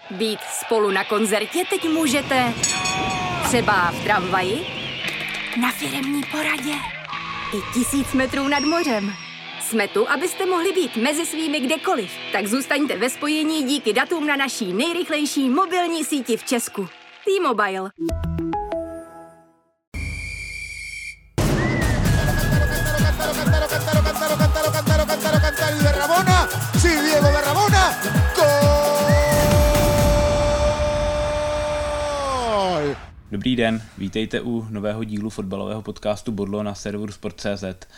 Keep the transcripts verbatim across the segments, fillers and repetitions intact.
Být spolu na koncertě teď můžete třeba v tramvaji, na firemní poradě i tisíc metrů nad mořem. Jsme tu, abyste mohli být mezi svými kdekoliv, tak zůstaňte ve spojení díky datům na naší nejrychlejší mobilní síti v Česku. T-Mobile. Dobrý den, vítejte u nového dílu fotbalového podcastu Bodlo na serveru sport tečka cé zet.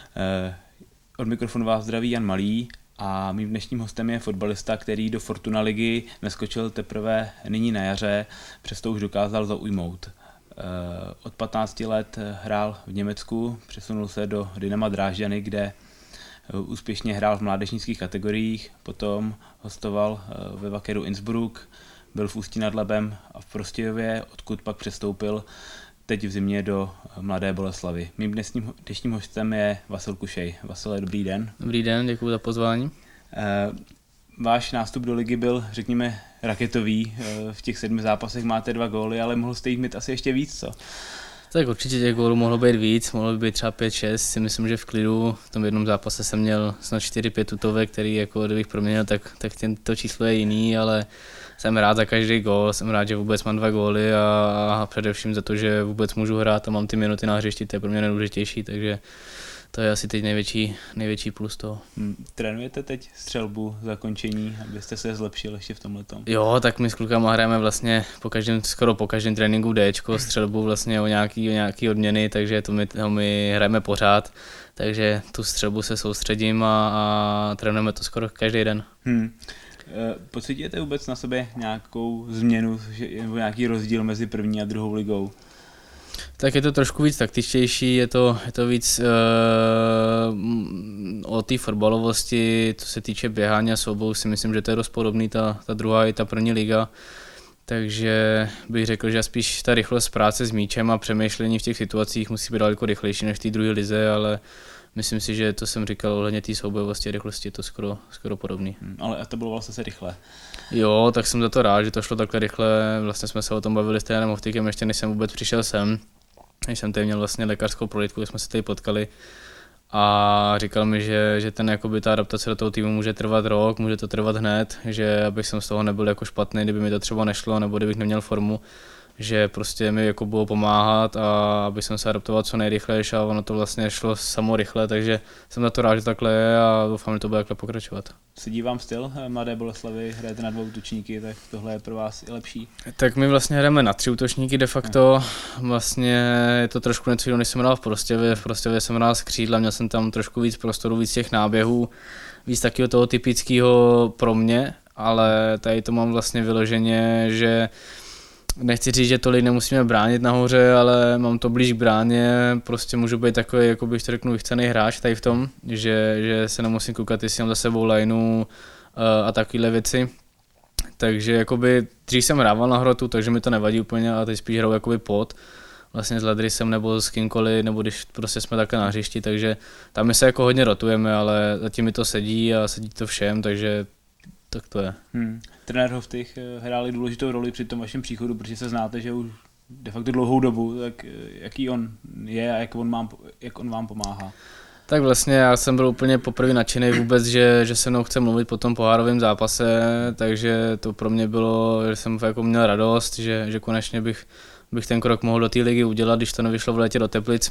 Od mikrofonu vás zdraví Jan Malý a mým dnešním hostem je fotbalista, který do Fortuna ligy neskočil teprve nyní na jaře, přesto už dokázal zaujmout. Od patnácti let hrál v Německu, přesunul se do Dynama Drážďany, kde úspěšně hrál v mládežnických kategoriích, potom hostoval ve Wakeru Innsbruck, byl v Ústí nad Labem a v Prostějově, odkud pak přestoupil teď v zimě do Mladé Boleslavi. Mým dnešním, dnešním hostem je Vasil Kušej. Vasile, dobrý den. Dobrý den, děkuji za pozvání. Váš nástup do ligy byl, řekněme, raketový. V těch sedmi zápasech máte dva góly, ale mohl jste jich mít asi ještě víc, co? Tak určitě těch gólů mohlo být víc, mohlo by být třeba pět šest, si myslím, že v klidu. V tom jednom zápase jsem měl snad čtyři pět tutovek, který jako kdybych proměnil, tak, tak to číslo je jiný, ale jsem rád za každý gól, jsem rád, že vůbec mám dva góly a, a především za to, že vůbec můžu hrát a mám ty minuty na hřišti, to je pro mě nejdůležitější, takže to je asi teď největší, největší plus toho. Hmm, trénujete teď střelbu, zakončení, abyste se zlepšil ještě v tomhletom? Jo, tak my s klukama hrajeme vlastně po každém, skoro po každém tréninku Dčko, střelbu vlastně o nějaký, o nějaký odměny, takže to my, to my hrajeme pořád, takže tu střelbu se soustředím a, a trénujeme to skoro každý den. Hmm. Pocítíte vůbec na sobě nějakou změnu nebo nějaký rozdíl mezi první a druhou ligou? Tak je to trošku víc taktičtější, je to, je to víc uh, o té fotbalovosti, co se týče běhání a soubojů, si myslím, že to je dost podobný, ta, ta druhá i ta první liga. Takže bych řekl, že spíš ta rychlost práce s míčem a přemýšlení v těch situacích musí být daleko rychlejší než v té druhé lize, ale myslím si, že to jsem říkal ohledně té soubojovosti a rychlosti, je to skoro, skoro podobný. Hmm, ale to bylo vlastně se rychle. Jo, tak jsem za to rád, že to šlo takhle rychle, vlastně jsme se o tom bavili s trenérem Hovtykem, ještě než jsem vůbec přišel sem. Když jsem tady měl vlastně lékařskou prohlídku, když jsme se tady potkali a říkal mi, že, že ten, jakoby, ta adaptace do toho týmu může trvat rok, může to trvat hned, že abych jsem z toho nebyl jako špatný, kdyby mi to třeba nešlo nebo kdybych neměl formu, že prostě mi jako bylo pomáhat a aby jsem se adaptoval co nejrychlejší a ono to vlastně šlo samo rychle, takže jsem za to rád, že takhle je a doufám, že to bude takhle pokračovat. Sedí vám styl Mladé Boleslavy, hrajete na dva útočníky, tak tohle je pro vás i lepší? Tak my vlastně hrajeme na tři útočníky de facto, vlastně je to trošku něco jiného, než jsem hrál v Prostějově, v Prostějově jsem hrál z křídla, měl jsem tam trošku víc prostoru, víc těch náběhů, víc takového toho typického pro mě, ale tady to mám vlastně vyloženě, že nechci říct, že tolik nemusíme bránit nahoře, ale mám to blíž k bráně, prostě můžu být takový, jako bych to řeknu, vychcený hráč tady v tom, že, že se nemusím koukat, jestli mám za sebou lineu a takovéhle věci. Takže jakoby dřív jsem hrával na hrotu, takže mi to nevadí úplně, ale teď spíš hraju jakoby pod, vlastně s Ledrysem nebo s kýmkoliv, nebo když prostě jsme takhle na hřišti, takže tam my se jako hodně rotujeme, ale zatím mi to sedí a sedí to všem, takže tak to je. Hmm. Trenér Hovtych hráli důležitou roli při tom vašem příchodu, protože se znáte, že už de facto dlouhou dobu, tak jaký on je a jak on, mám, jak on vám pomáhá? Tak vlastně já jsem byl úplně poprvé nadšený vůbec, že, že se mnou chce mluvit po tom pohárovém zápase, takže to pro mě bylo, že jsem jako měl radost, že, že konečně bych, bych ten krok mohl do té ligy udělat, když to nevyšlo v létě do Teplic.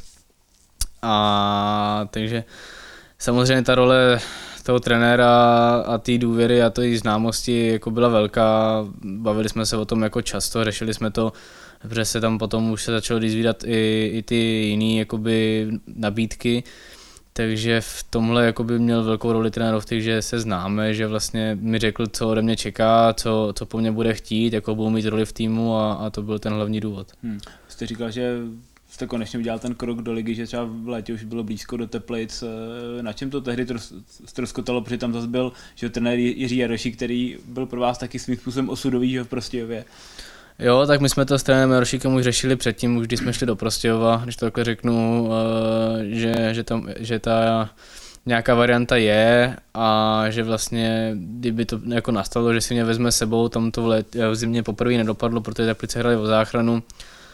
A takže samozřejmě ta role toho trenéra a té důvěry a té známosti jako byla velká, bavili jsme se o tom jako často, řešili jsme to, protože se tam potom už se začalo dozvídat i, i ty jiné jakoby nabídky, takže v tomhle jakoby měl velkou roli trenér Hovtych, že se známe, že vlastně mi řekl, co ode mě čeká, co, co po mně bude chtít, jako budou mít roli v týmu a, a to byl ten hlavní důvod. Hmm. Jste říkal, že jste konečně udělal ten krok do ligy, že třeba v létě už bylo blízko do Teplic. Na čem to tehdy ztroskotalo, protože tam zase byl, že trenér Jiří Jarošík, který byl pro vás taky svým způsobem osudový, že v Prostějově. Jo, tak my jsme to s trenérem Jarošíkem už řešili předtím, už když jsme šli do Prostějova, když to takhle řeknu, že, že, tam, že ta nějaká varianta je a že vlastně, kdyby to jako nastalo, že si mě vezme sebou, tam to v, let, v zimě poprvé nedopadlo, protože Teplice hráli o záchranu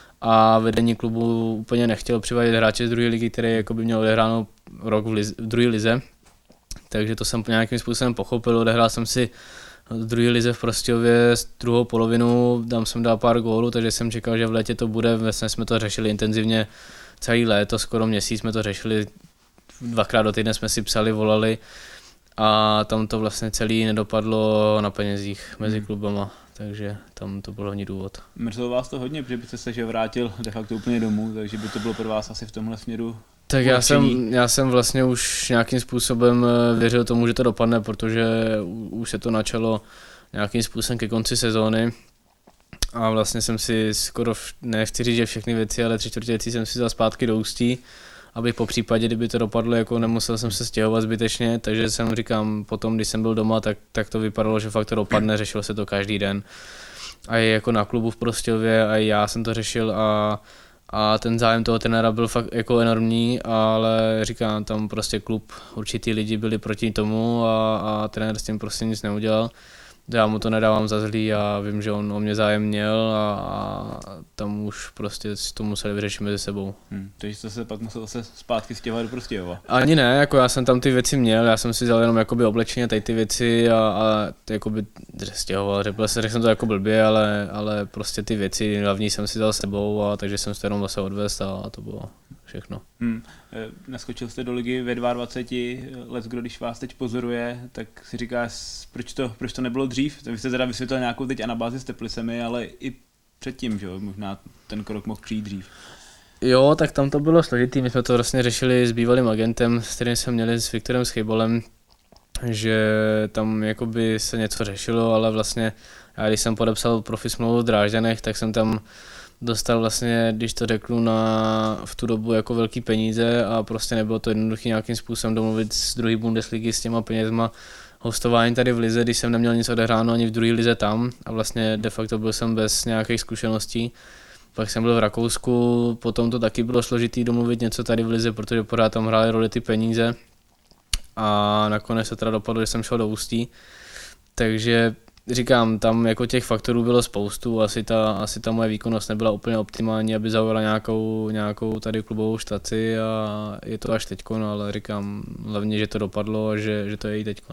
a vedení klubu úplně nechtělo přivádět hráče z druhé ligy, který jako by měl odehráno rok v, lize, v druhé lize, takže to jsem nějakým způsobem pochopil, odehrál jsem si v druhé lize v Prostějově s druhou polovinu, tam jsem dal pár gólů, takže jsem čekal, že v létě to bude, vlastně jsme to řešili intenzivně celý léto, skoro měsíc jsme to řešili, dvakrát do týdne jsme si psali, volali a tam to vlastně celý nedopadlo na penězích mezi klubama, takže tam to byl hlavní důvod. Mrzelo vás to hodně, protože byste se že vrátil de facto úplně domů, takže by to bylo pro vás asi v tomhle směru. Tak já jsem, já jsem vlastně už nějakým způsobem věřil tomu, že to dopadne, protože už se to načalo nějakým způsobem ke konci sezóny a vlastně jsem si skoro, nechci říct, že všechny věci, ale tři čtvrtě věcí jsem si vzal zpátky do Ústí, abych po případě, kdyby to dopadlo, jako nemusel jsem se stěhovat zbytečně, takže jsem říkám, potom, když jsem byl doma, tak, tak to vypadalo, že fakt to dopadne, řešilo se to každý den. A i jako na klubu v Prostějově, a já jsem to řešil a A ten zájem toho trenéra byl fakt jako enormní, ale říkám, tam prostě klub, určitý lidi byli proti tomu a, a trenér s tím prostě nic neudělal. Já mu to nedávám za zlý a vím, že on o mě zájem měl a, a tam už prostě to museli vyřešit mezi sebou. Hmm, takže jste se pak musel zase zpátky stěhovat do Prostějova? Ani ne, jako já jsem tam ty věci měl, já jsem si vzal jenom jakoby oblečeně tady ty věci a, a jakoby stěhoval, řekl, řekl jsem to jako blbě, ale, ale prostě ty věci hlavní jsem si dal sebou a takže jsem se jenom zase odvést a, a to bylo všechno. Hmm. Naskočil jste do ligy ve dvaceti dvou, let, kdo když vás teď pozoruje, tak si říká, proč to, proč to nebylo dřív? Vy jste teda vysvětlil nějakou teď anabázi s Teplicemi, ale i předtím, že jo, možná ten krok mohl přijít dřív. Jo, tak tam to bylo složitý, my jsme to vlastně řešili s bývalým agentem, s kterým jsme měli s Viktorem Schejbolem, že tam jakoby se něco řešilo, ale vlastně já když jsem podepsal profi smlouvu v Drážďanech, tak jsem tam dostal vlastně, když to řeknu, na, v tu dobu jako velký peníze a prostě nebylo to jednoduché nějakým způsobem domluvit z druhé Bundesligy s těma penězma. Hostování tady v lize, když jsem neměl nic odehráno ani v druhé lize tam a vlastně de facto byl jsem bez nějakých zkušeností. Pak jsem byl v Rakousku, potom to taky bylo složitý domluvit něco tady v lize, protože pořád tam hrály roli ty peníze a nakonec se teda dopadlo, že jsem šel do Ústí. Takže říkám, tam jako těch faktorů bylo spoustu, asi ta, asi ta moje výkonnost nebyla úplně optimální, aby zaujala nějakou, nějakou tady klubovou štaci a je to až teďkon, ale říkám hlavně, že to dopadlo a že, že to je i teďkon.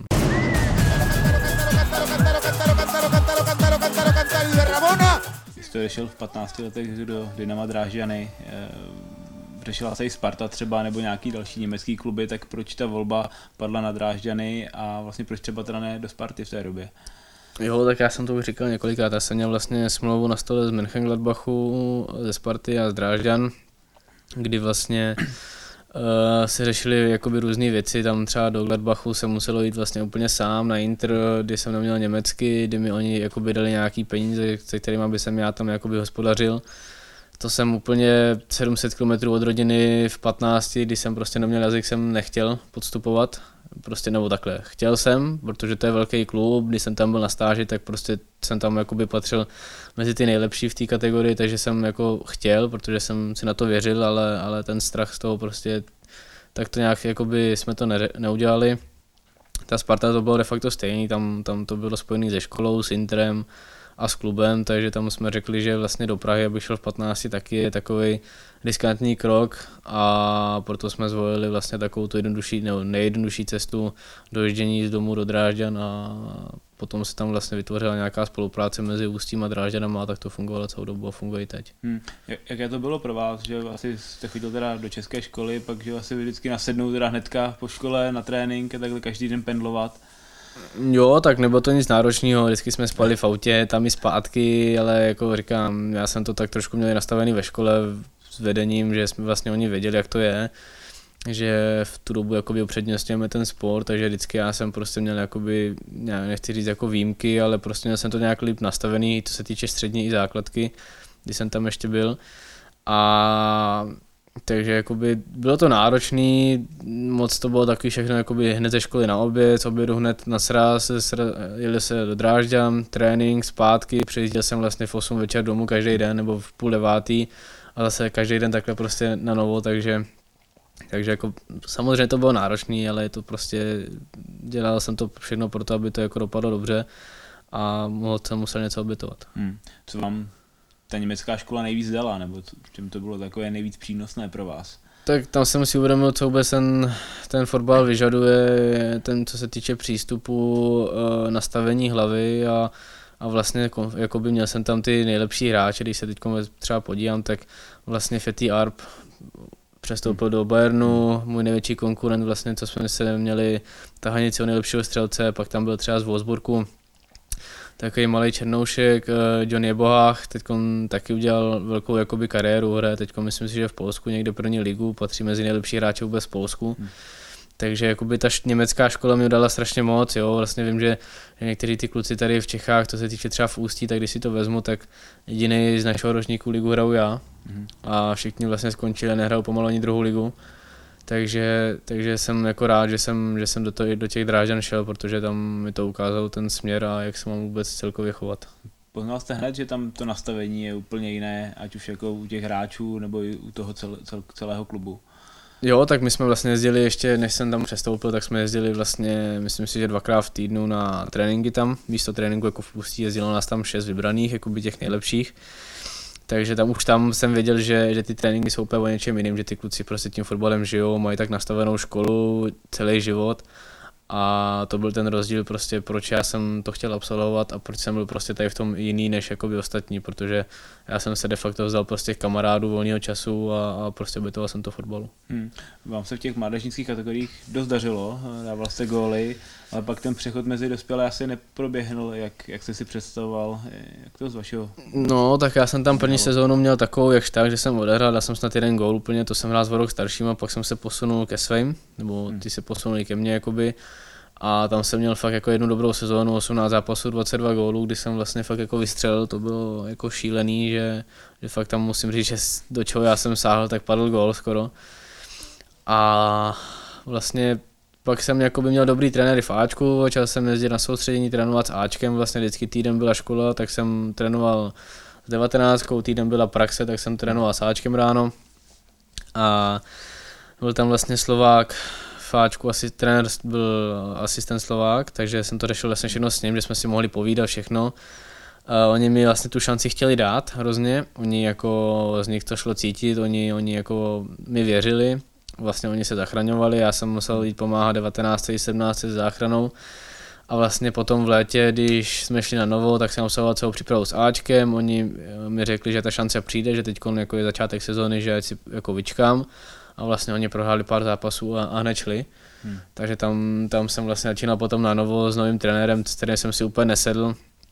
Vy jste odešel v patnácti letech do Dynama Drážďany, řešila se i Sparta třeba nebo nějaký další německý kluby, tak proč ta volba padla na Drážďany a vlastně proč třeba teda ne do Sparty v té době? Jo, tak já jsem to už říkal několikrát, já jsem měl vlastně smlouvu na stole z Mönchengladbachu, ze Sparty a z Drážďan, kdy vlastně uh, se řešily jakoby různé věci, tam třeba do Gladbachu jsem musel jít vlastně úplně sám na Inter, kdy jsem neměl německy, kdy mi oni jakoby dali nějaký peníze, se kterými by jsem já tam jakoby hospodařil. To jsem úplně sedm set kilometrů od rodiny v patnácti, když jsem prostě neměl jazyk, jsem nechtěl podstupovat. Prostě nebo takhle, chtěl jsem, protože to je velký klub, když jsem tam byl na stáži, tak prostě jsem tam jakoby patřil mezi ty nejlepší v té kategorii, takže jsem jako chtěl, protože jsem si na to věřil, ale, ale ten strach z toho prostě, tak to nějak jakoby jsme to ne, neudělali. Ta Sparta to bylo de facto stejný, tam, tam to bylo spojené se školou, s Interem a s klubem, takže tam jsme řekli, že vlastně do Prahy, abych šel v patnácti, taky je takový riskantní krok a proto jsme zvolili vlastně takovou tu jednodušší, nebo nejjednodušší cestu dojíždění z domu do Drážďan a potom se tam vlastně vytvořila nějaká spolupráce mezi Ústím a Drážďanama a tak to fungovalo celou dobu a funguje i teď. Hmm. Jaké to bylo pro vás, že asi jste chodil teda do české školy, pak že asi vždycky nasednou teda hnedka po škole na trénink a takhle každý den pendlovat? Jo, tak nebylo to nic náročného, vždycky jsme spali v autě, tam i zpátky, ale jako říkám, já jsem to tak trošku měl nastavený ve škole s vedením, že jsme vlastně oni věděli, jak to je, že v tu dobu jakoby upřednostňujeme ten sport, takže vždycky já jsem prostě měl jakoby, nechci říct jako výjimky, ale prostě měl jsem to nějak líp nastavený, co se týče střední i základky, když jsem tam ještě byl. A takže jakoby bylo to náročný, moc to bylo takový všechno jakoby hned ze školy na oběd, z obědu hned na sraz, jeli se do Drážďan, trénink, zpátky, přijížděl jsem vlastně v osm večer domů každý den nebo v půl devátý a zase každý den takhle prostě na novo, takže Takže jako samozřejmě to bylo náročné, ale je to prostě, dělal jsem to všechno pro to, aby to jako dopadlo dobře a mohl jsem musel něco obětovat. Hmm. Co vám ta německá škola nejvíc dala, nebo čím to bylo takové nejvíc přínosné pro vás? Tak tam jsem si uvědomil, co vůbec ten, ten fotbal vyžaduje, ten, co se týče přístupu, nastavení hlavy a, a vlastně jakoby měl jsem tam ty nejlepší hráče, když se teď třeba podívám, tak vlastně Fatih Arp přestoupil do Bayernu, můj největší konkurent vlastně, co jsme se měli tahanici o nejlepšího střelce, pak tam byl třeba z Wolfsburgu takový malý černoušek, John Jebohách, teď taky udělal velkou jakoby kariéru, hraje teď myslím si, že v Polsku někde první ligu, patří mezi nejlepší hráče vůbec v Polsku. Hmm. Takže jakoby ta německá škola mi dala strašně moc, jo, vlastně vím, že někteří ty kluci tady v Čechách, to se týče třeba v Ústí, tak když si to vezmu, tak jediný z našeho ročníku ligu hraju já hmm. a všichni vlastně skončili a nehrajou pomalu ani druhou ligu. Takže, takže jsem jako rád, že jsem, že jsem do, to, do těch Drážďan šel, protože tam mi to ukázalo ten směr a jak se mám vůbec celkově chovat. Poznal jste hned, že tam to nastavení je úplně jiné, ať už jako u těch hráčů nebo i u toho cel, cel, celého klubu? Jo, tak my jsme vlastně jezdili ještě, než jsem tam přestoupil, tak jsme jezdili vlastně, myslím si, že dvakrát v týdnu na tréninky tam. Místo tréninku jako v Ústí jezdilo nás tam šest vybraných, jakoby těch nejlepších. Takže tam už tam jsem věděl, že, že ty tréninky jsou úplně o něčem jiným, že ty kluci prostě tím fotbalem žijou, mají tak nastavenou školu celý život a to byl ten rozdíl prostě, proč já jsem to chtěl absolvovat a proč jsem byl prostě tady v tom jiný než jakoby ostatní, protože já jsem se de facto vzal prostě kamarádů volného času a, a prostě obětoval jsem to fotbalu. Hmm. Vám se v těch mládežnických kategoriích dost dařilo, dával jste góly, ale pak ten přechod mezi dospělé asi neproběhnul, jak, jak jste si představoval, jak to z vašeho? No, tak já jsem tam první sezónu měl takovou jakž tak, že jsem odehrál, dal jsem snad jeden gól úplně, to jsem hrál s o rok starším a pak jsem se posunul ke svým, nebo ty se posunuli ke mně jakoby. A tam jsem měl fakt jako jednu dobrou sezónu, osmnáct zápasů, dvacet dva gólů, kdy jsem vlastně fakt jako vystřelil, to bylo jako šílený, že, že fakt tam musím říct, že do čeho já jsem sáhl, tak padl gól skoro. A vlastně pak jsem jakoby měl dobrý trenéry v Ačku, začal jsem jezdit na soustředění, trénovat s Ačkem, vlastně vždycky týden byla škola, tak jsem trénoval s devatenáctkou, týden byla praxe, tak jsem trénoval s Ačkem ráno. A byl tam vlastně Slovák, v Ačku asi trenér byl asistent Slovák, takže jsem to řešil vlastně všechno s ním, že jsme si mohli povídat všechno. Uh, oni mi vlastně tu šanci chtěli dát hrozně, oni jako z nich to šlo cítit, oni, oni jako mi věřili, vlastně oni se zachraňovali, já jsem musel jít pomáhat devatenáct sedmnáct s záchranou a vlastně potom v létě, když jsme šli na novo, tak jsem absolvoval celou přípravu s Ačkem, oni mi řekli, že ta šance přijde, že teď jako je začátek sezóny, že si jako vyčkám. A vlastně oni prohráli pár zápasů a, a hned šli. Hmm. Takže tam, tam jsem vlastně začínal potom na novo s novým trenérem, s kterým jsem si úplně nesedl.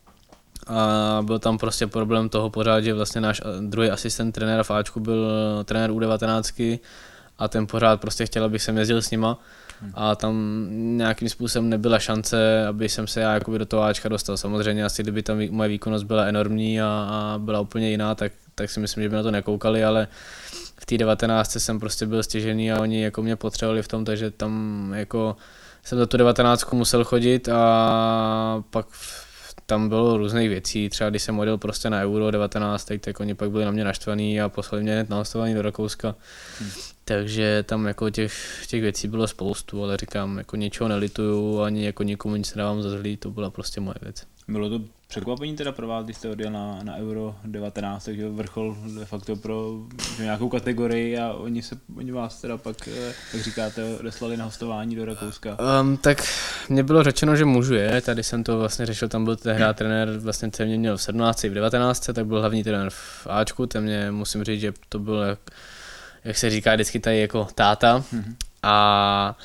A byl tam prostě problém toho pořád, že vlastně náš druhý asistent trenéra v Ačku byl trenér U devatenáct a ten pořád prostě chtěl, abych jsem jezdil s nima. Hmm. A tam nějakým způsobem nebyla šance, aby jsem se já jakoby do toho Ačka dostal. Samozřejmě asi kdyby tam moje výkonnost byla enormní a, a byla úplně jiná, tak, tak si myslím, že by na to nekoukali, ale v té devatenáctce jsem prostě byl stěžený a oni jako mě potřebovali v tom, takže tam jako jsem za tu devatenáctku musel chodit a pak tam bylo různých věcí, třeba když jsem odjel prostě na Euro devatenáct, tak oni pak byli na mě naštvaný a poslali mě hned na hostování do Rakouska. Hmm. Takže tam jako těch, těch věcí bylo spoustu, ale říkám, jako ničeho nelituju, ani jako nikomu nic nedávám za zlý, to byla prostě moje věc. Bylo to překvapení teda pro vás, když jste odjel na, na Euro devatenáct, takže vrchol de facto pro nějakou kategorii a oni, se, oni vás teda pak, jak říkáte, odeslali na hostování do Rakouska. Um, tak mně bylo řečeno, že můžu je, tady jsem to vlastně řešil, tam byl tehdy trenér, vlastně ten mě měl v sedmnácti, v devatenácti, tak byl hlavní trenér v Ačku, ten mě musím říct, že to byl, jak, jak se říká vždycky tady jako táta mm-hmm. a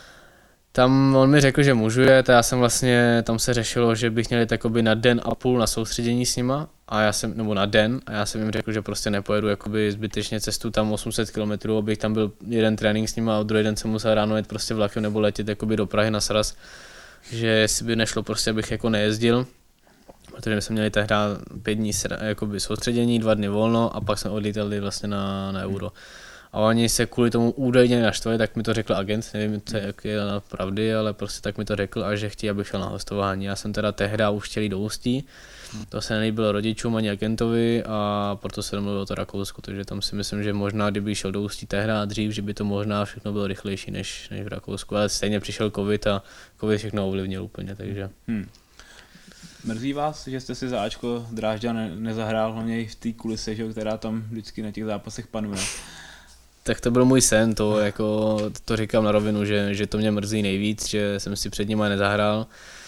tam on mi řekl, že můžu jet a já jsem vlastně, tam se řešilo, že bych měl jít jakoby na den a půl na soustředění s nima, a já jsem, nebo na den, a já jsem jim řekl, že prostě nepojedu jakoby zbytečně cestu tam osm set kilometrů, abych tam byl jeden trénink s nima a druhý den jsem musel ráno jet prostě vlakem nebo letět jakoby do Prahy na sraz, že si by nešlo prostě, abych jako nejezdil, protože jsme měli tehdy pět dní jakoby soustředění, dva dny volno a pak jsme odlítali vlastně na, na Euro. A oni se kvůli tomu údajně naštvali, tak mi to řekl agent, nevím, co, jak je na pravdy, ale prostě tak mi to řekl a že chtějí, abych šel na hostování. Já jsem teda tehdy už chtěl jít do Ústí, To se nelíbilo rodičům ani agentovi a proto se domluvilo o to Rakousku, takže tam si myslím, že možná, kdyby šel do Ústí té hrát dřív, že by to možná všechno bylo rychlejší než, než v Rakousku, ale stejně přišel covid a covid všechno ovlivnil úplně, takže. Hmm. Mrzí vás, že jste si za Ačko Drážďan nezahrál, hlavně i v té kulise, že, která tam vždycky na těch zápasech panuje? Tak to byl můj sen, to, jako, to říkám na rovinu, že, že to mě mrzí nejvíc, že jsem si před nimi nezahrál.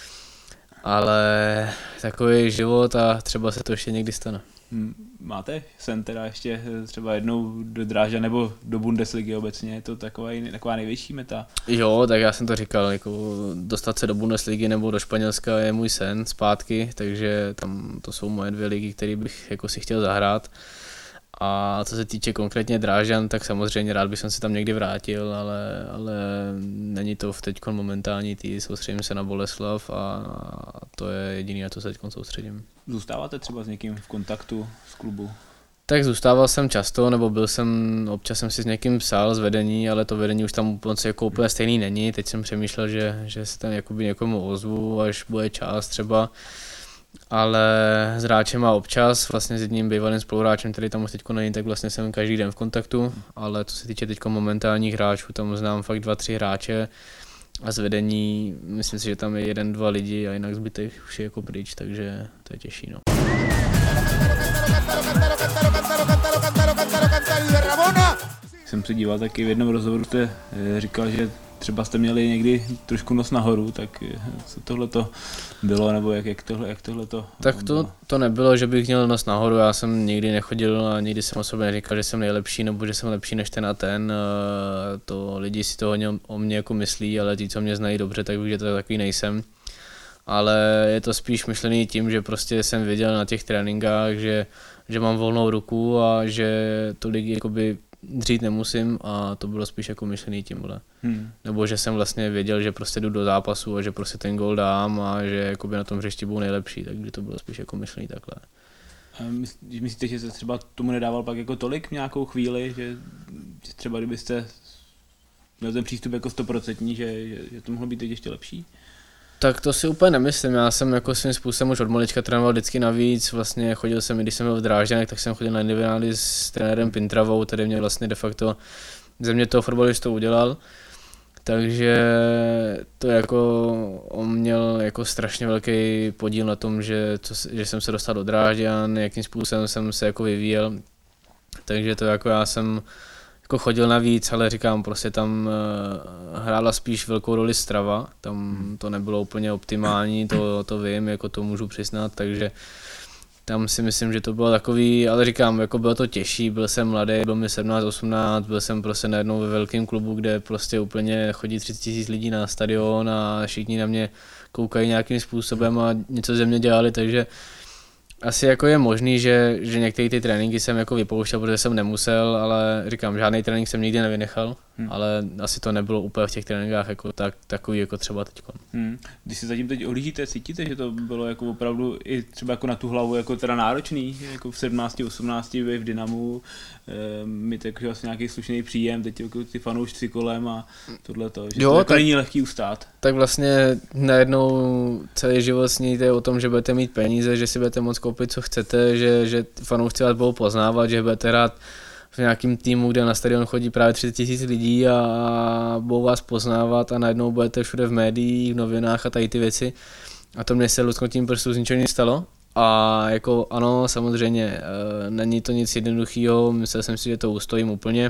Ale takový život a třeba se to ještě někdy stane. Máte sen teda ještě třeba jednou do Drážďan nebo do Bundesligy obecně, je to taková, taková největší meta? Jo, tak já jsem to říkal, jako dostat se do Bundesligy nebo do Španělska je můj sen zpátky, takže tam to jsou moje dvě ligy, které bych jako si chtěl zahrát. A co se týče konkrétně Drážďan, tak samozřejmě rád bych se tam někdy vrátil, ale, ale není to v teď momentální tý, soustředím se na Boleslav a to je jediné, na co se teď soustředím. Zůstáváte třeba s někým v kontaktu z klubu? Tak zůstával jsem často, nebo byl jsem, občas jsem si s někým psal z vedení, ale to vedení už tam jako úplně stejný není. Teď jsem přemýšlel, že, že se tam jakoby někomu ozvu, až bude čas třeba. Ale s hráčem a občas, vlastně s jedním bývalým spoluhráčem, který tam už teď není, tak vlastně jsem každý den v kontaktu, ale co se týče teď momentálních hráčů, tam znám fakt dva, tři hráče a z vedení, myslím si, že tam je jeden, dva lidi a jinak zbytek už je jako pryč, takže to je těžší. No. Jsem se díval taky v jednom rozhovoru, jste říkal, že třeba jste měli někdy trošku nos nahoru, tak co tohle to bylo, nebo jak, jak tohle, jak tohle to Tak to, to nebylo, že bych měl nos nahoru, já jsem nikdy nechodil a nikdy jsem o sobě neříkal, že jsem nejlepší, nebo že jsem lepší než ten a ten, to lidi si to hodně o mě jako myslí, ale ti, co mě znají dobře, tak víš, že to takový nejsem. Ale je to spíš myšlený tím, že prostě jsem věděl na těch tréninkách, že, že mám volnou ruku a že tolik jakoby dřít nemusím a to bylo spíš jako myšlený tímhle. Hmm. Nebo že jsem vlastně věděl, že prostě jdu do zápasu a že prostě ten gól dám a že jakoby na tom hřišti budu nejlepší, takže to bylo spíš jako myšlený takhle. A myslíte, že se třeba tomu nedával pak jako tolik v nějakou chvíli, že, že třeba kdybyste měl ten přístup jako stoprocentní, že, že, že to mohlo být teď ještě lepší? Tak to si úplně nemyslím, já jsem jako svým způsobem už od malička trénoval vždycky navíc, vlastně chodil jsem, když jsem byl v Drážďanech, tak jsem chodil na individuály s trenérem Pintravou, který mě vlastně de facto ze mě toho fotbalistu udělal, takže to jako on měl jako strašně velký podíl na tom, že, co, že jsem se dostal do Drážďan, jakým způsobem jsem se jako vyvíjel, takže to jako já jsem jako chodil navíc, ale říkám, prostě tam uh, hrála spíš velkou roli strava, tam to nebylo úplně optimální, to, to vím, jako to můžu přiznat, takže tam si myslím, že to bylo takový, ale říkám, jako bylo to těžší, byl jsem mladý, byl mi sedmnáct osmnáct, byl jsem prostě najednou ve velkém klubu, kde prostě úplně chodí třicet tisíc lidí na stadion a všichni na mě koukají nějakým způsobem a něco ze mě dělali, takže asi jako je možný, že, že některé ty tréninky jsem jako vypouštěl, protože jsem nemusel, ale říkám, žádný trénink jsem nikdy nevynechal, hmm. ale asi to nebylo úplně v těch tréninkách jako tak, takový jako třeba teď. Hmm. Když se zatím teď ohlížíte, cítíte, že to bylo jako opravdu i třeba jako na tu hlavu jako teda náročný, jako v sedmnácti osmnácti v Dynamu, e, mít jako vlastně nějaký slušný příjem, teď jako ty fanoušci kolem a tohleto, že jo, to jako tak, není lehký ustát. Tak vlastně najednou celý život sníte o tom, že budete mít peníze, že si budete moct koupit, co chcete, že, že fanoušci vás budou poznávat, že budete hrát v nějakém týmu, kde na stadion chodí právě třicet tisíc lidí a budou vás poznávat a najednou budete všude v médiích, v novinách a tady ty věci. A to mě se lusknutím prstů z ničeho nestalo. A jako ano, samozřejmě, není to nic jednoduchého, myslel jsem si, že to ustojím úplně.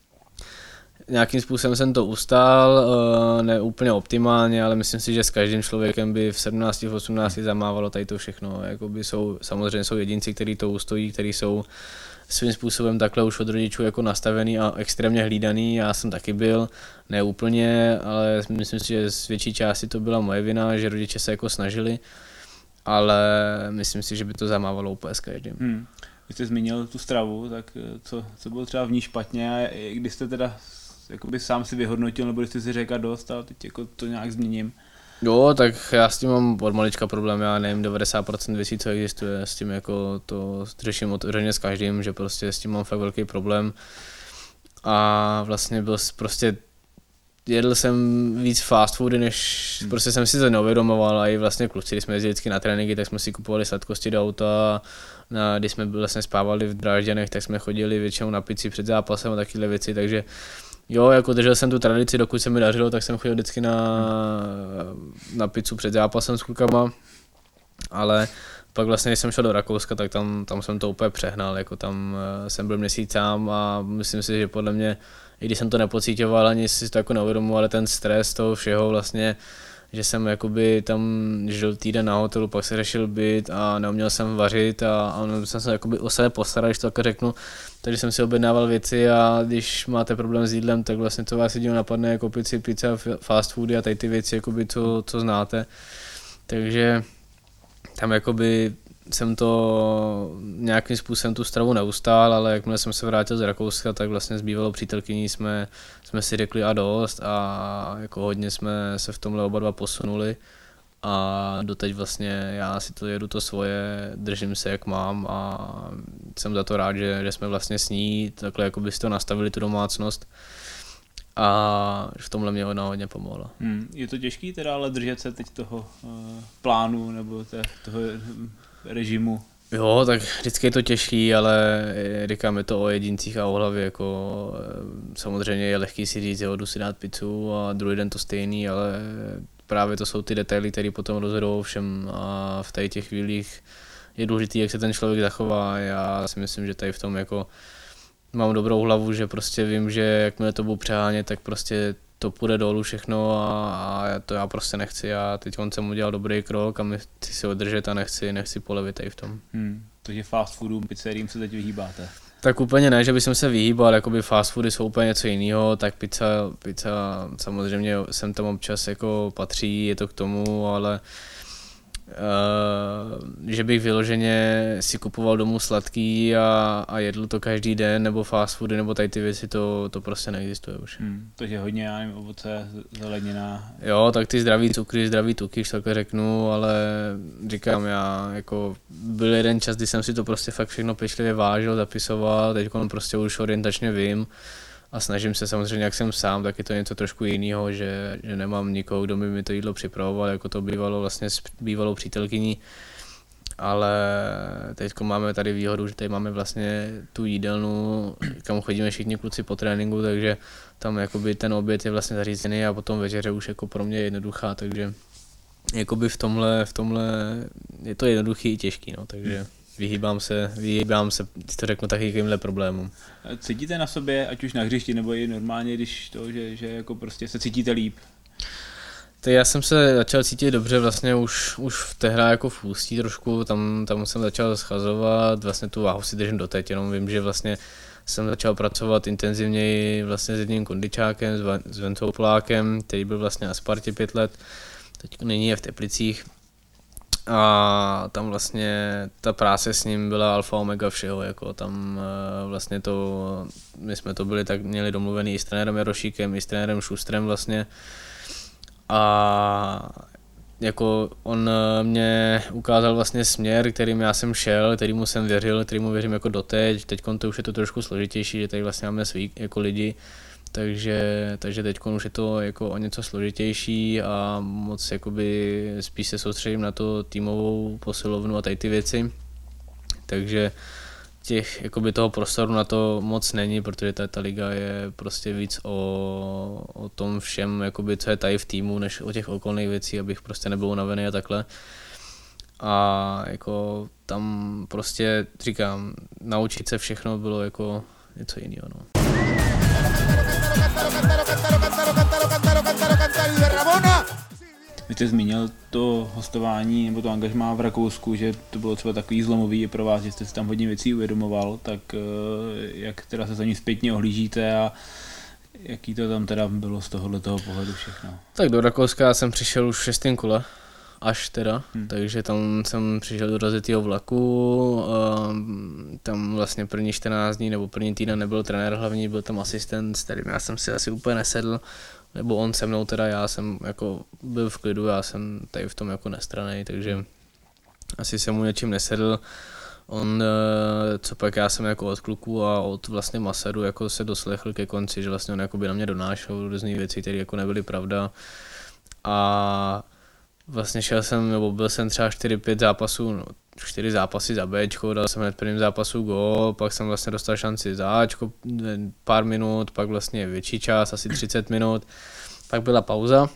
Nějakým způsobem jsem to ustál, ne úplně optimálně, ale myslím si, že s každým člověkem by v sedmnácti, v osmnácti zamávalo tady to všechno. Jakoby jsou, samozřejmě jsou jedinci, kteří to ustojí, kteří jsou svým způsobem takhle už od rodičů jako nastavený a extrémně hlídaný. Já jsem taky byl, ne úplně, ale myslím si, že z větší části to byla moje vina, že rodiče se jako snažili, ale myslím si, že by to zamávalo úplně s každým. Hmm. Když jste zmínil tu stravu, tak co, co bylo třeba v ní špatně a když jste teda jakoby sám si vyhodnotil, nebo když jste si řekl dost a teď jako to nějak změním? Jo, tak já s tím mám od malička problém, já nevím, devadesát procent věcí, co existuje, s tím jako to řeším otevřeně s každým, že prostě s tím mám fakt velký problém a vlastně byl prostě jedl jsem víc fast foody, než hmm. prostě jsem si to neuvědomoval a i vlastně kluci, když jsme jezdili vždycky na tréninky, tak jsme si kupovali sladkosti do auta, na, když jsme vlastně spávali v Drážďanech, tak jsme chodili většinou na pici před zápasem a takovéhle věci, takže jo, jako držel jsem tu tradici, dokud se mi dařilo, tak jsem chodil vždycky na, na pizzu před zápasem s klukama, ale pak vlastně, když jsem šel do Rakouska, tak tam, tam jsem to úplně přehnal, jako tam jsem byl měsíc sám a myslím si, že podle mě, i když jsem to nepocítoval, ani si to jako neuvědomoval, ale ten stres toho všeho vlastně, že jsem jakoby tam žil týden na hotelu, pak se řešil byt a neuměl jsem vařit a, a jsem se jakoby o sebe postaral, když to tak řeknu, takže jsem si objednával věci a když máte problém s jídlem, tak vlastně to vás jedinou napadne jako koupit si pizza, fast foody a tady ty věci, jakoby co, co znáte, takže tam jakoby jsem to nějakým způsobem tu stravu neustál, ale jakmile jsem se vrátil z Rakouska, tak vlastně s bývalou přítelkyní jsme, jsme si řekli a dost a jako hodně jsme se v tomhle oba dva posunuli a doteď vlastně já si to jedu to svoje, držím se jak mám a jsem za to rád, že, že jsme vlastně s ní takhle jakoby si to nastavili tu domácnost a v tomhle mě ona hodně pomohla. Hmm, je to těžký teda ale držet se teď toho uh, plánu nebo te, toho režimu? Jo, tak vždycky je to těžký, ale říkám, je to o jedincích a o hlavě, jako samozřejmě je lehký si říct, jo, jdu si dát pizzu a druhý den to stejný, ale právě to jsou ty detaily, které potom rozhodou všem a v tady těch chvílích je důležitý, jak se ten člověk zachová. Já si myslím, že tady v tom jako mám dobrou hlavu, že prostě vím, že jakmile to budu přehánět, tak prostě to půjde dolů všechno a, a to já prostě nechci. Já teď jsem udělal dobrý krok a my chci si održet a nechci, nechci polevit tady v tom. Hmm, takže fast foodům, pizzeriím se teď vyhýbáte? Tak úplně ne, že bych se vyhýbal, jakoby fast foody jsou úplně něco jiného, tak pizza, pizza samozřejmě sem tam občas jako patří, je to k tomu, ale Uh, že bych vyloženě si kupoval domů sladký a, a jedl to každý den, nebo fast foody, nebo tady ty věci, to, to prostě neexistuje už. Hmm, takže hodně, já nevím, ovoce, zelenina. Jo, tak ty zdraví cukry, zdraví tuky, když takhle řeknu, ale říkám, já jako byl jeden čas, kdy jsem si to prostě fakt všechno pečlivě vážil, zapisoval, teď prostě už orientačně vím a snažím se samozřejmě, jak jsem sám, tak je to něco trošku jiného, že, že nemám nikoho, kdo by mi to jídlo připravoval, jako to bývalo vlastně s bývalou přítelkyní, ale teď máme tady výhodu, že tady máme vlastně tu jídelnu, kam chodíme všichni kluci po tréninku, takže tam jakoby ten oběd je vlastně zařízený a potom večeře už jako pro mě je jednoduchá, takže jakoby v tomhle, v tomhle je to jednoduchý i těžký, no, takže vyhýbám se, vyhýbám se, když to řeknu, takovýmhle problémům. Cítíte na sobě, ať už na hřišti, nebo i normálně, když to, že, že jako prostě se cítíte líp? Tak já jsem se začal cítit dobře vlastně už, už v té hře jako v Ústí trošku, tam, tam jsem začal schazovat, vlastně tu váhu si držím doteď, jenom vím, že vlastně jsem začal pracovat intenzivněji vlastně s jedním kondičákem, s Vencou Polákem, který byl vlastně na Spartě pět let, teď nyní je v Teplicích. A tam vlastně ta práce s ním byla alfa omega všeho, jako tam vlastně to, my jsme to byli tak měli domluvený i s trenérem Jarošíkem, i s trenérem Šustrem vlastně a jako on mě ukázal vlastně směr, kterým já jsem šel, kterýmu jsem věřil, kterýmu věřím jako doteď, teď to už je to trošku složitější, že tady vlastně máme svý jako lidi, takže, takže teď už je to jako o něco složitější a moc jakoby spíš se soustředím na to týmovou posilovnu a tady ty věci. Takže těch, jakoby toho prostoru na to moc není, protože ta, ta liga je prostě víc o, o tom všem, jakoby, co je tady v týmu, než o těch okolních věcí, abych prostě nebyl unavený a takhle. A jako tam prostě říkám, naučit se všechno bylo jako něco jiného. No. Vy jste zmínil to hostování nebo to angažmá v Rakousku, že to bylo třeba takový zlomový i pro vás, že jste si tam hodně věcí uvědomoval, tak jak teda se za ní zpětně ohlížíte a jaký to tam teda bylo z tohoto pohledu všechno? Tak do Rakouska jsem přišel už v šestém kole, až teda, hmm. takže tam jsem přišel do rozjetého vlaku, tam vlastně první čtrnáct dní nebo první týden nebyl trenér hlavní, byl tam asistent, s kterým já jsem si asi úplně nesedl, nebo on se mnou teda, já jsem jako byl v klidu, já jsem tady v tom jako nestranný, takže asi jsem mu něčím nesedl. On, co pak já jsem jako od kluků a od vlastně Masaru jako se doslechl ke konci, že vlastně on jako by na mě donášel různé věci, které jako nebyly pravda. A vlastně šel jsem, nebo byl jsem třeba čtyři pět zápasů, no, čtyři zápasy za Bčko, dal jsem hned prvním zápasu gól, pak jsem vlastně dostal šanci za Ačko pár minut, pak vlastně větší čas, asi třicet minut, pak byla pauza.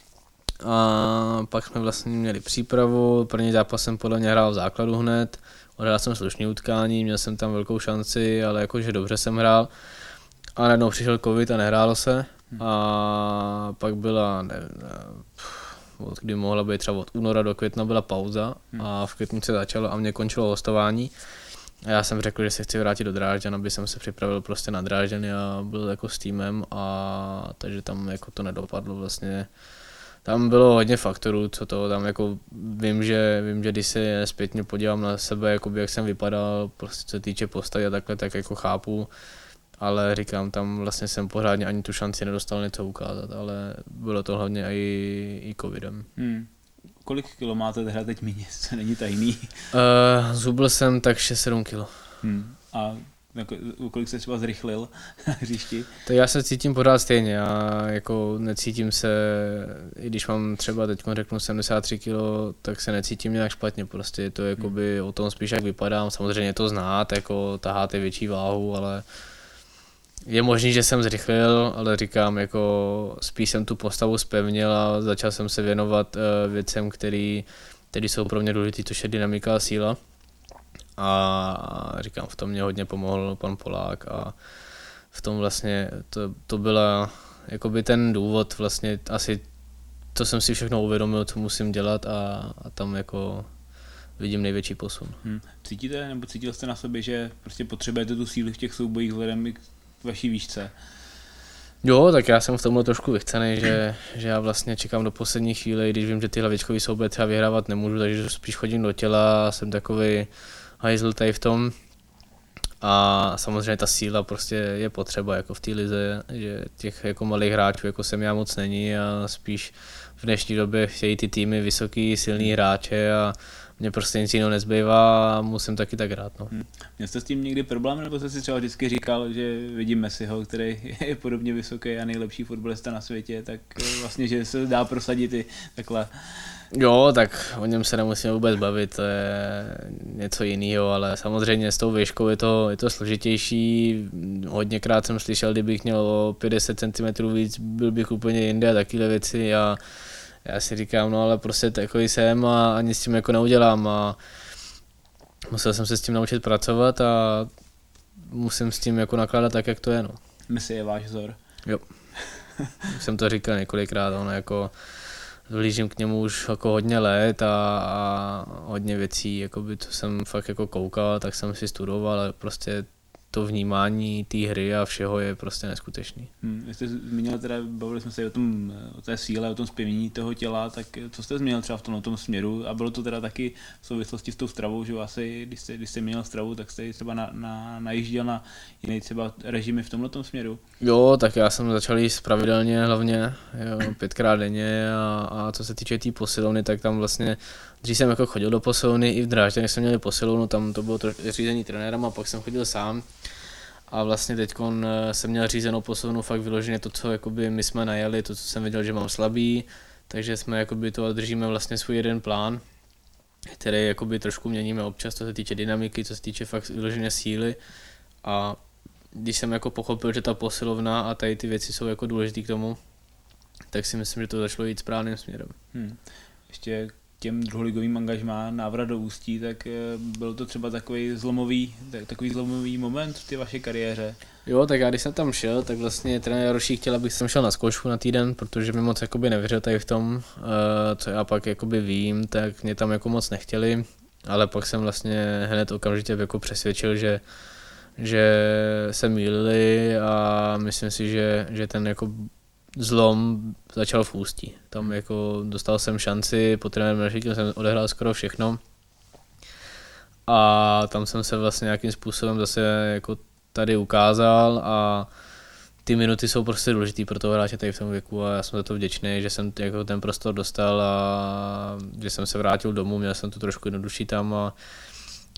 A pak jsme vlastně měli přípravu, první zápas jsem podle mě hrál v základu hned, odehrál jsem slušný utkání, měl jsem tam velkou šanci, ale jakože dobře jsem hrál. A najednou přišel covid a nehrálo se. A pak byla, nevím, od kdy mohla být třeba od února do května byla pauza a v květnu se začalo a mě končilo hostování. A já jsem řekl, že se chci vrátit do Drážďan, aby jsem se připravil prostě na Drážďany a byl jako s týmem, a takže tam jako to nedopadlo vlastně. Tam bylo hodně faktorů, co to tam jako vím, že vím, že když se zpětně podívám na sebe, jakoby jak jsem vypadal, prostě co se týče postavy a takhle, tak jako chápu, ale říkám, tam vlastně jsem pořádně ani tu šanci nedostal něco ukázat, ale bylo to hlavně i, i covidem. Hmm. Kolik kilo máte teda teď míně, co není tajný? Uh, zhubil jsem tak šest sedm kilo. Hmm. A jako, kolik se třeba zrychlil na hřišti? Tak já se cítím pořád stejně, já jako necítím se, i když mám třeba teď řeknu sedmdesát tři kilo, tak se necítím nějak špatně, prostě je to jakoby o tom spíš jak vypadám, samozřejmě to znát, jako taháte větší váhu, ale je možný, že jsem zrychlil, ale říkám, jako spíš jsem tu postavu zpevnil a začal jsem se věnovat uh, věcem, který, který jsou pro mě důležitý, což je dynamika a síla. A říkám, v tom mě hodně pomohl pan Polák a v tom vlastně to, to byla jakoby ten důvod vlastně asi, to jsem si všechno uvědomil, co musím dělat a, a tam jako vidím největší posun. Hmm. Cítíte nebo cítil jste na sobě, že prostě potřebujete tu sílu v těch soubojích vzhledem k vaší výšce? Jo, tak já jsem v tomhle trošku vychcený, že, že já vlastně čekám do poslední chvíle, když vím, že ty hlavičkový souboje třeba vyhrávat nemůžu, takže spíš chodím do těla a jsem takovej hajzl tady v tom. A samozřejmě ta síla prostě je potřeba jako v té lize, že těch jako malých hráčů jako jsem já moc není a spíš v dnešní době chtějí ty týmy vysoký, silný hráče a mě prostě nic jiného nezbývá a musím taky tak hrát. No. Hmm. Měl jste s tím někdy problém, nebo jste si třeba vždycky říkal, že vidím Messiho, který je podobně vysoký a nejlepší fotbalista na světě, tak vlastně, že se dá prosadit i takhle? Jo, tak o něm se nemusíme vůbec bavit, to je něco jiného, ale samozřejmě s tou výškou je to, je to složitější. Hodněkrát jsem slyšel, kdybych měl o pět deset centimetrů víc, byl bych úplně jinde a takové věci a já si říkám, no ale prostě takový jsem a ani s tím jako neudělám a musel jsem se s tím naučit pracovat a musím s tím jako nakládat tak, jak to je. No. Messi je váš vzor. Jo, už jsem to říkal několikrát, ono jako vlížím k němu už jako hodně let a, a hodně věcí, jakoby, co jsem fakt jako koukal, tak jsem si studoval, ale prostě to vnímání té hry a všeho je prostě neskutečný. Hmm, vy jste zmínil, teda bavili jsme se o tom, o té síle, o tom zpěvnění toho těla, tak co jste zmínil třeba v tom, tom směru a bylo to teda taky v souvislosti s tou stravou, že asi, když jste, když jste měl stravu, tak jste třeba na, na, najížděl na jiný třeba režimy v tomhletom směru? Jo, tak já jsem začal jíst pravidelně hlavně, jo, pětkrát denně a, a co se týče té tý posilovny, tak tam vlastně dřív jsem jako chodil do posilovny i v Drážďanech jsme měli posilovnu, tam to bylo řízení trenérem a pak jsem chodil sám. A vlastně teď jsem měl řízenou posilovnu fakt vyloženě to, co jakoby my jsme najeli, to, co jsem viděl, že mám slabý, takže jsme jakoby to držíme vlastně svůj jeden plán, který jakoby trošku měníme občas, co se týče dynamiky, co se týče fakt vyloženě síly. A když jsem jako pochopil, že ta posilovna a tady ty věci jsou jako důležitý k tomu, tak si myslím, že to začalo jít správným směrem. Hmm. Ještě těm druholigovým angažmá, návrat do Ústí, tak byl to třeba takový zlomový, takový zlomový moment v té vaší kariéře? Jo, tak já když jsem tam šel, tak vlastně trenér Roší chtěl, abych jsem šel na zkoušku na týden, protože mi moc jakoby nevěřil tady v tom, co já pak jakoby vím, tak mě tam jako moc nechtěli, ale pak jsem vlastně hned okamžitě jako přesvědčil, že že se mýlili a myslím si, že, že ten jako zlom začal v Ústí. Tam jako dostal jsem šanci, po trenérem Mrašíkem jsem odehrál skoro všechno a tam jsem se vlastně nějakým způsobem zase jako tady ukázal a ty minuty jsou prostě důležitý pro toho hráče tady v tom věku a já jsem za to vděčný, že jsem jako ten prostor dostal a že jsem se vrátil domů, měl jsem to trošku jednodušší tam a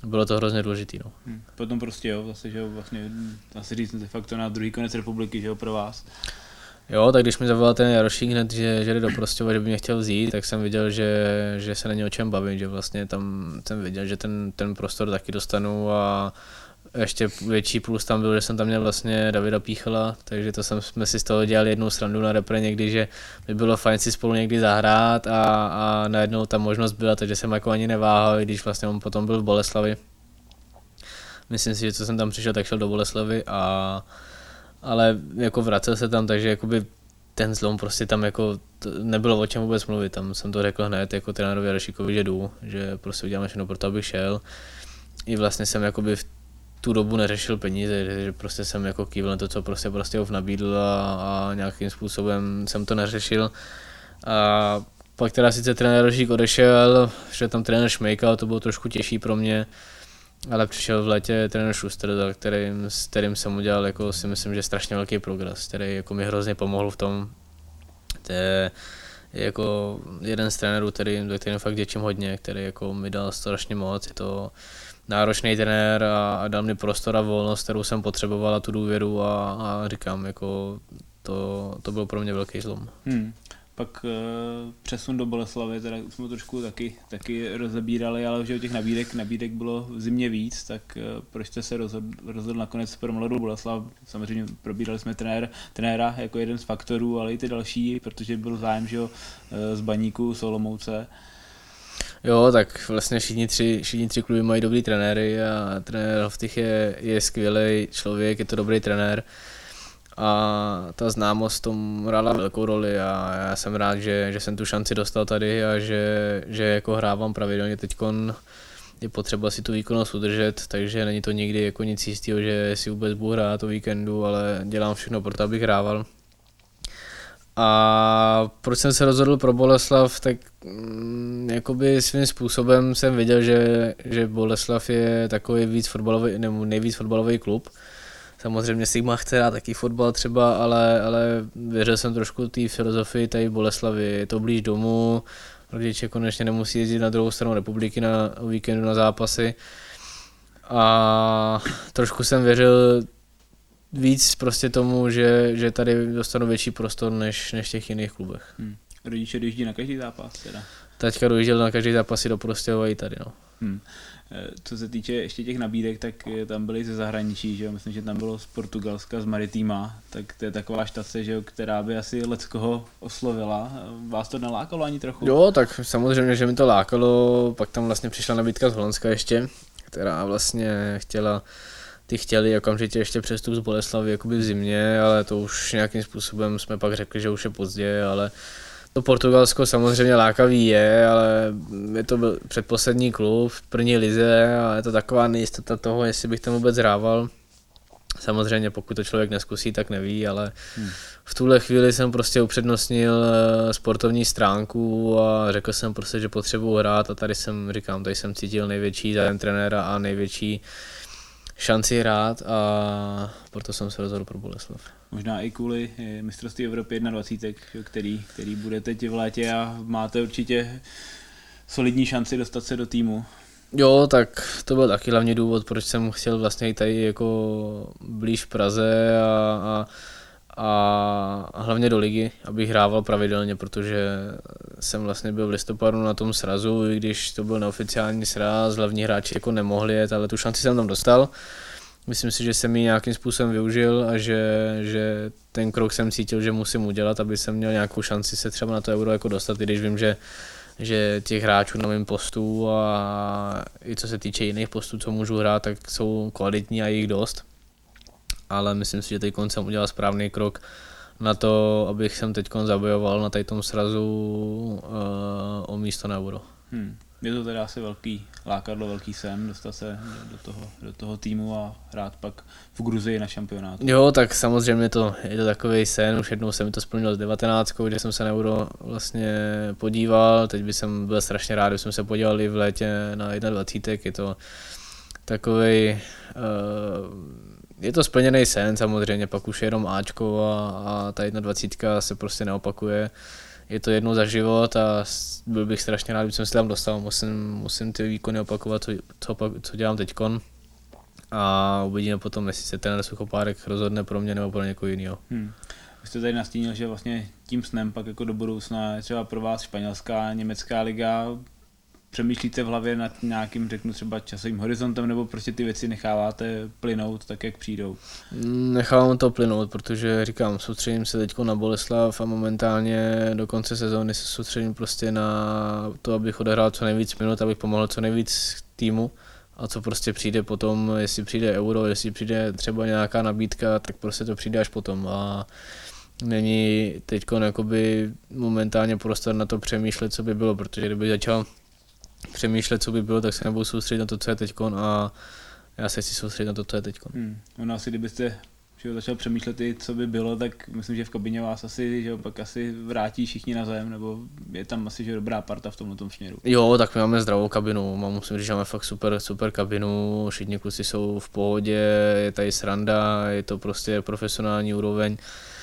bylo to hrozně důležitý. No. Hmm. Potom prostě jo, zase, že jo, vlastně, asi říct de facto na druhý konec republiky, že jo, pro vás. Jo, tak když mi zavolal ten Jarošík hned, že, že jde do Prostějova, že by mě chtěl vzít, tak jsem viděl, že, že se není o čem bavit, že vlastně tam jsem viděl, že ten, ten prostor taky dostanu a ještě větší plus tam byl, že jsem tam měl vlastně Davida Píchala, takže to jsem, jsme si z toho dělali jednou srandu na repre někdy, že by bylo fajn si spolu někdy zahrát a, a najednou ta možnost byla, takže jsem jako ani neváhal, když vlastně on potom byl v Boleslavi. Myslím si, že co jsem tam přišel, tak šel do Boleslavy a ale jako vracel se tam, takže jakoby ten zlom prostě tam jako nebylo o čem vůbec mluvit, tam jsem to řekl hned jako trenérovi Jarošíkovi, že jdu, že prostě uděláme všechno pro to, abych šel. I vlastně jsem jakoby v tu dobu neřešil peníze, že prostě jsem jako kývil na to, co prostě prostě nabídl a, a nějakým způsobem jsem to neřešil. A pak teda sice trenér Jarošík odešel, šel tam trenér Šmejka, to bylo trošku těžší pro mě. Ale přišel v létě trenér Schuster, kterým, s kterým jsem udělal jako si myslím, že strašně velký progres, který jako mi hrozně pomohl v tom. To je jako jeden z trenérů, který, do kterým fakt děčím hodně, který jako mi dal strašně moc. Je to náročný trenér a, a dal mi prostor a volnost, kterou jsem potřeboval a tu důvěru a, a říkám, jako to, to byl pro mě velký zlom. Hmm. Pak uh, přesun do Boleslavy, teda jsme trošku taky, taky rozebírali, ale že těch nabídek, nabídek bylo v zimě víc, tak uh, proč jste se rozhodl, rozhodl nakonec pro Mladou Boleslav? Samozřejmě probírali jsme trenér, trenéra jako jeden z faktorů, ale i ty další, protože byl zájem, že jo, z Baníku, z Olomouce. Jo, tak vlastně všichni tři, všichni tři kluby mají dobrý trenéry a trenér Hoftych je, je skvělý člověk, je to dobrý trenér. A ta známost tom hrála velkou roli a já jsem rád, že, že jsem tu šanci dostal tady a že, že jako hrávám pravidelně teďkon. Je potřeba si tu výkonnost udržet, takže není to nikdy jako nic jistého, že si vůbec budu hrát o víkendu, ale dělám všechno pro to, abych hrával. A proč jsem se rozhodl pro Boleslav, tak mm, jakoby svým způsobem jsem viděl, že, že Boleslav je takový víc fotbalový, nebo nejvíc fotbalový klub. Samozřejmě Sigma chce hrát taky fotbal třeba, ale, ale věřil jsem trošku té filozofii tady v Boleslavi. Je to blíž domů, rodiče konečně nemusí jezdit na druhou stranu republiky na o víkendu na zápasy. A trošku jsem věřil víc prostě tomu, že, že tady dostanu větší prostor než, než v těch jiných klubech. Hmm. Rodiče dojíždí na každý zápas teda? Taťka dojížděl na každý zápas i do Prostějova i tady, no. Hmm. Co se týče ještě těch nabídek, tak tam byly ze zahraničí, že jo? Myslím, že tam bylo z Portugalska, z Maritima, tak to je taková štace, že jo, která by asi leckoho oslovila. Vás to nalákalo ani trochu? Jo, tak samozřejmě, že mi to lákalo, pak tam vlastně přišla nabídka z Holandska ještě, která vlastně chtěla, ty chtěli okamžitě ještě přestup z Boleslavy jakoby v zimě, ale to už nějakým způsobem jsme pak řekli, že už je pozdě, ale to Portugalsko samozřejmě lákavý je, ale je to předposlední klub v první lize a je to taková nejistota toho, jestli bych tam vůbec hrával. Samozřejmě pokud to člověk neskusí, tak neví, ale hmm. v tuhle chvíli jsem prostě upřednostnil sportovní stránku a řekl jsem prostě, že potřebuji hrát a tady jsem, říkám, tady jsem cítil největší zájem trenéra a největší šanci hrát a proto jsem se rozhodl pro Boleslav. Možná i kvůli mistrovství Evropy dvacet jedna, který, který bude teď v létě a máte určitě solidní šanci dostat se do týmu. Jo, tak to byl taky hlavní důvod, proč jsem chtěl vlastně i tady jako blíž v Praze a, a, a hlavně do ligy, abych hrával pravidelně, protože jsem vlastně byl v listopadu na tom srazu, i když to byl neoficiální sraz, hlavní hráči jako nemohli jet, ale tu šanci jsem tam dostal. Myslím si, že jsem ji nějakým způsobem využil a že, že ten krok jsem cítil, že musím udělat, aby jsem měl nějakou šanci se třeba na to Euro jako dostat, i když vím, že, že těch hráčů na mém postu a i co se týče jiných postů, co můžu hrát, tak jsou kvalitní a jich dost. Ale myslím si, že teď jsem udělal správný krok na to, abych jsem teď zabojoval na tady tom srazu uh, o místo na Euro. Hmm. Je to teda asi velký lákadlo, velký sen dostat se do toho, do toho týmu a hrát pak v Gruzii na šampionátu. Jo, tak samozřejmě to, je to takový sen, už jednou se mi to splnilo s devatenáctkou, kde jsem se na Euro vlastně podíval, teď bych jsem byl strašně rád, že jsem se podíval i v létě na dvacet jedna, je to takovej, uh, je to splněný sen samozřejmě, pak už je jenom Ačko a, a ta dvacet jedna se prostě neopakuje. je to jednou za život a byl bych strašně rád, kdyby jsem se tam dostal. Musím, musím ty výkony opakovat, co, co, co dělám teďkon. A uvidíme potom, jestli se ten Suchopárek rozhodne pro mě nebo pro někoho jiného. Hmm. Vy jste tady nastínil, že vlastně tím snem pak jako do budoucna je třeba pro vás španělská, německá liga. Přemýšlíte v hlavě nad nějakým, řeknu třeba časovým horizontem, nebo prostě ty věci necháváte plynout tak, jak přijdou? Nechávám to plynout, protože říkám, soustředím se teď na Boleslav a momentálně do konce sezóny se soustředím prostě na to, abych odehrál co nejvíc minut, abych pomohl co nejvíc týmu. A co prostě přijde potom, jestli přijde euro, jestli přijde třeba nějaká nabídka, tak prostě to přijde až potom. A není teď jakoby momentálně prostor na to přemýšlet, co by bylo, protože kdyby začal přemýšlet, co by bylo, tak se nebudu soustředit na to, co je teďkon a já se chci soustředit na to, co je teďkon. Hmm. Ono asi, kdybyste začal přemýšlet i, co by bylo, tak myslím, že v kabině vás asi, že pak asi vrátí všichni na zem, nebo je tam asi že dobrá parta v tomto směru. Jo, tak my máme zdravou kabinu, mám, musím říct, že máme fakt super, super kabinu, všichni kluci jsou v pohodě, je tady sranda, je to prostě profesionální úroveň.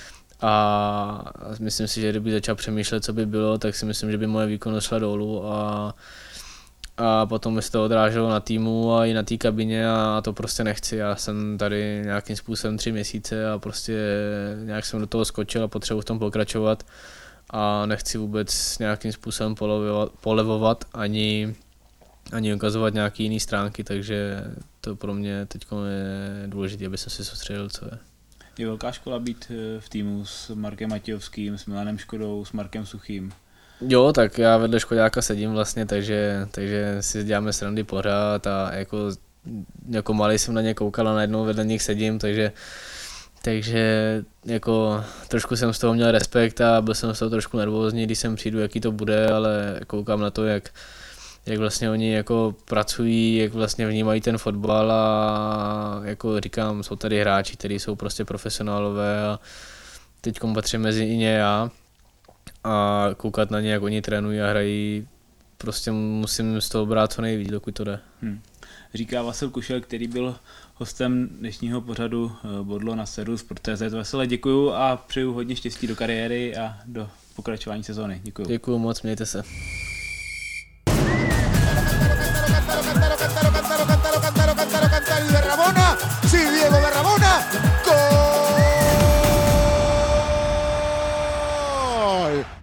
A myslím si, že kdyby začal přemýšlet, co by bylo, tak si myslím, že by moje výkonnost šla dolů a, a potom by se to odráželo na týmu a i na té kabině a to prostě nechci. Já jsem tady nějakým způsobem tři měsíce a prostě nějak jsem do toho skočil a potřebuji v tom pokračovat a nechci vůbec nějakým způsobem polevovat, polevovat ani, ani ukazovat nějaké jiné stránky, takže to pro mě teď je důležité, aby jsem si soustředil, co je. Je velká škola být v týmu s Markem Matějovským, s Milanem Škodou, s Markem Suchým. Jo, tak já vedle Škodáka sedím vlastně, takže, takže si děláme srandy pořád a jako, jako malý jsem na ně koukal a najednou vedle nich sedím, takže, takže jako trošku jsem z toho měl respekt a byl jsem z toho trošku nervózní, když sem přijdu, jaký to bude, ale koukám na to, jak, jak vlastně oni jako pracují, jak vlastně vnímají ten fotbal a jako říkám, jsou tady hráči, kteří jsou prostě profesionálové a teď patřím mezi ně já a koukat na ně, jak oni trénují a hrají, prostě musím z toho brát co nejvíc, dokud to jde. Hmm. Říká Vasil Kušel, který byl hostem dnešního pořadu Bodlo na serveru Sport tečka cé zet. Vasile, děkuju a přeju hodně štěstí do kariéry a do pokračování sezóny. Děkuju. Děkuju moc, mějte se. Rabona, sí, Diego de Rabona, gol.